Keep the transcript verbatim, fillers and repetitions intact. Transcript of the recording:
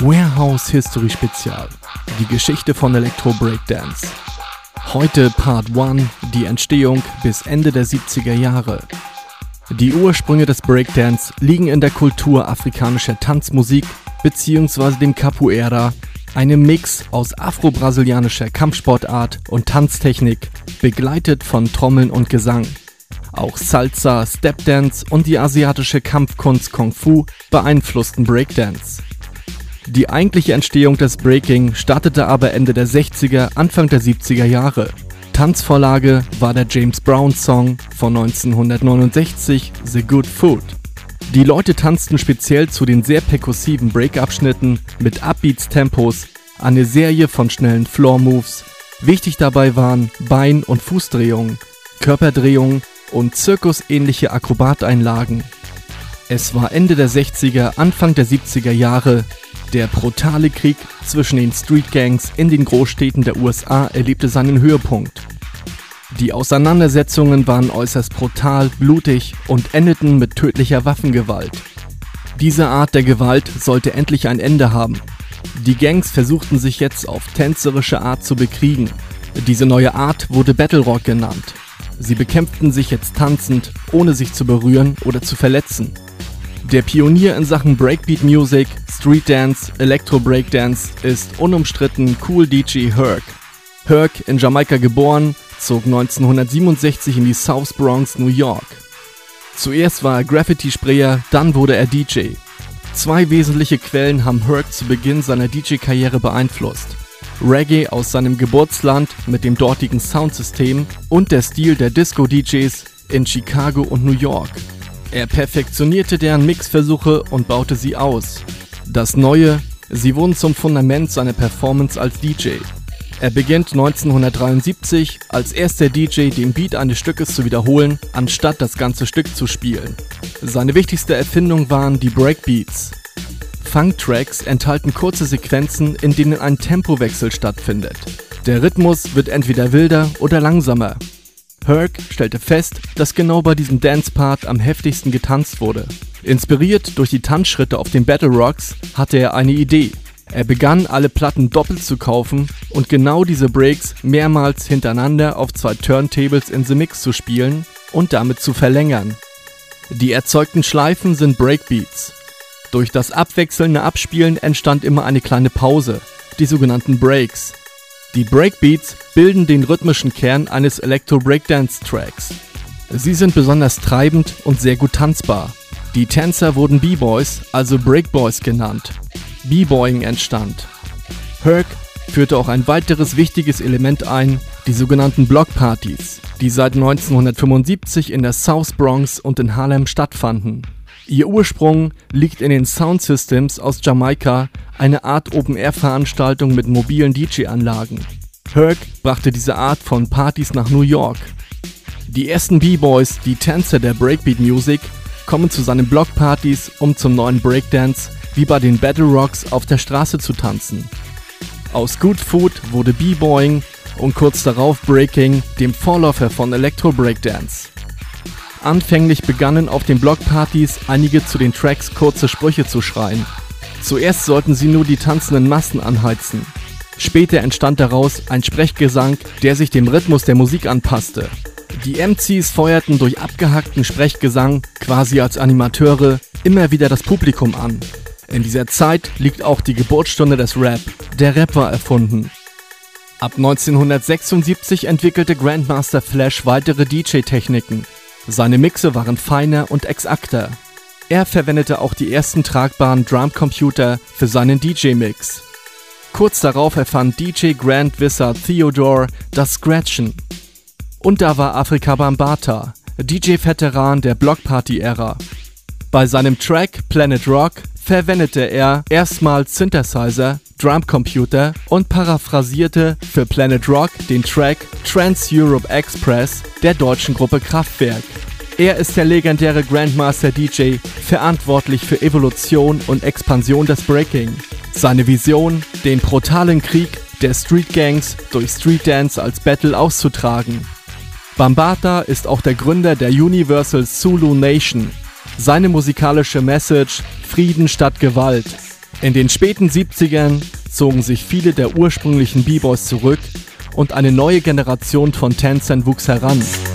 Warehouse History Spezial. Die Geschichte von Electro Breakdance. Heute Part eins, die Entstehung bis Ende der siebziger Jahre. Die Ursprünge des Breakdance liegen in der Kultur afrikanischer Tanzmusik bzw. dem Capoeira, einem Mix aus afro-brasilianischer Kampfsportart und Tanztechnik, begleitet von Trommeln und Gesang. Auch Salsa, Stepdance und die asiatische Kampfkunst Kung Fu beeinflussten Breakdance. Die eigentliche Entstehung des Breaking startete aber Ende der sechziger, Anfang der siebziger Jahre. Tanzvorlage war der James Brown Song von neunzehnhundertneunundsechzig, The Good Food. Die Leute tanzten speziell zu den sehr perkussiven Break-Abschnitten mit Upbeats-Tempos eine Serie von schnellen Floor-Moves. Wichtig dabei waren Bein- und Fußdrehungen, Körperdrehungen und zirkusähnliche Akrobateinlagen. Es war Ende der sechziger, Anfang der siebziger Jahre. Der brutale Krieg zwischen den Street-Gangs in den Großstädten der U S A erlebte seinen Höhepunkt. Die Auseinandersetzungen waren äußerst brutal, blutig und endeten mit tödlicher Waffengewalt. Diese Art der Gewalt sollte endlich ein Ende haben. Die Gangs versuchten sich jetzt auf tänzerische Art zu bekriegen. Diese neue Art wurde Battle Rock genannt. Sie bekämpften sich jetzt tanzend, ohne sich zu berühren oder zu verletzen. Der Pionier in Sachen Breakbeat Music, Street Dance, Electro Breakdance ist unumstritten Kool D J Herc. Herc, in Jamaika geboren, zog neunzehnhundertsiebenundsechzig in die South Bronx, New York. Zuerst war er Graffiti-Sprayer, dann wurde er D J. Zwei wesentliche Quellen haben Herc zu Beginn seiner D J-Karriere beeinflusst: Reggae aus seinem Geburtsland mit dem dortigen Soundsystem und der Stil der Disco-D Js in Chicago und New York. Er perfektionierte deren Mixversuche und baute sie aus. Das Neue, sie wurden zum Fundament seiner Performance als D J. Er beginnt neunzehnhundertdreiundsiebzig als erster D J den Beat eines Stückes zu wiederholen, anstatt das ganze Stück zu spielen. Seine wichtigste Erfindung waren die Breakbeats. Funk-Tracks enthalten kurze Sequenzen, in denen ein Tempowechsel stattfindet. Der Rhythmus wird entweder wilder oder langsamer. Herc stellte fest, dass genau bei diesem Dance-Part am heftigsten getanzt wurde. Inspiriert durch die Tanzschritte auf den Battle Rocks hatte er eine Idee. Er begann, alle Platten doppelt zu kaufen und genau diese Breaks mehrmals hintereinander auf zwei Turntables in The Mix zu spielen und damit zu verlängern. Die erzeugten Schleifen sind Breakbeats. Durch das abwechselnde Abspielen entstand immer eine kleine Pause, die sogenannten Breaks. Die Breakbeats bilden den rhythmischen Kern eines Electro-Breakdance-Tracks. Sie sind besonders treibend und sehr gut tanzbar. Die Tänzer wurden B-Boys, also Breakboys genannt. B-Boying entstand. Herc führte auch ein weiteres wichtiges Element ein, die sogenannten Blockpartys, die seit neunzehnhundertfünfundsiebzig in der South Bronx und in Harlem stattfanden. Ihr Ursprung liegt in den Soundsystems aus Jamaika, eine Art Open-Air-Veranstaltung mit mobilen D J-Anlagen. Herc brachte diese Art von Partys nach New York. Die ersten B-Boys, die Tänzer der Breakbeat-Musik, kommen zu seinen Blockpartys, um zum neuen Breakdance wie bei den Battle Rocks auf der Straße zu tanzen. Aus Good Food wurde B-Boying und kurz darauf Breaking, dem Vorläufer von Electro Breakdance. Anfänglich begannen auf den Blockpartys einige zu den Tracks kurze Sprüche zu schreien. Zuerst sollten sie nur die tanzenden Massen anheizen. Später entstand daraus ein Sprechgesang, der sich dem Rhythmus der Musik anpasste. Die M Cs feuerten durch abgehackten Sprechgesang, quasi als Animateure, immer wieder das Publikum an. In dieser Zeit liegt auch die Geburtsstunde des Rap. Der Rap war erfunden. Ab neunzehnhundertsechsundsiebzig entwickelte Grandmaster Flash weitere D J-Techniken. Seine Mixe waren feiner und exakter. Er verwendete auch die ersten tragbaren Drumcomputer für seinen D J-Mix. Kurz darauf erfand D J Grand Wizard Theodore das Scratchen. Und da war Afrika Bambaataa, D J-Veteran der Blockparty-Ära. Bei seinem Track Planet Rock verwendete er erstmals Synthesizer, Drumcomputer und paraphrasierte für Planet Rock den Track Trans-Europe Express der deutschen Gruppe Kraftwerk. Er ist der legendäre Grandmaster D J, verantwortlich für Evolution und Expansion des Breaking. Seine Vision, den brutalen Krieg der Street Gangs durch Street Dance als Battle auszutragen. Bambaataa ist auch der Gründer der Universal Zulu Nation. Seine musikalische Message: Frieden statt Gewalt. In den späten siebzigern zogen sich viele der ursprünglichen B-Boys zurück und eine neue Generation von Tänzern wuchs heran.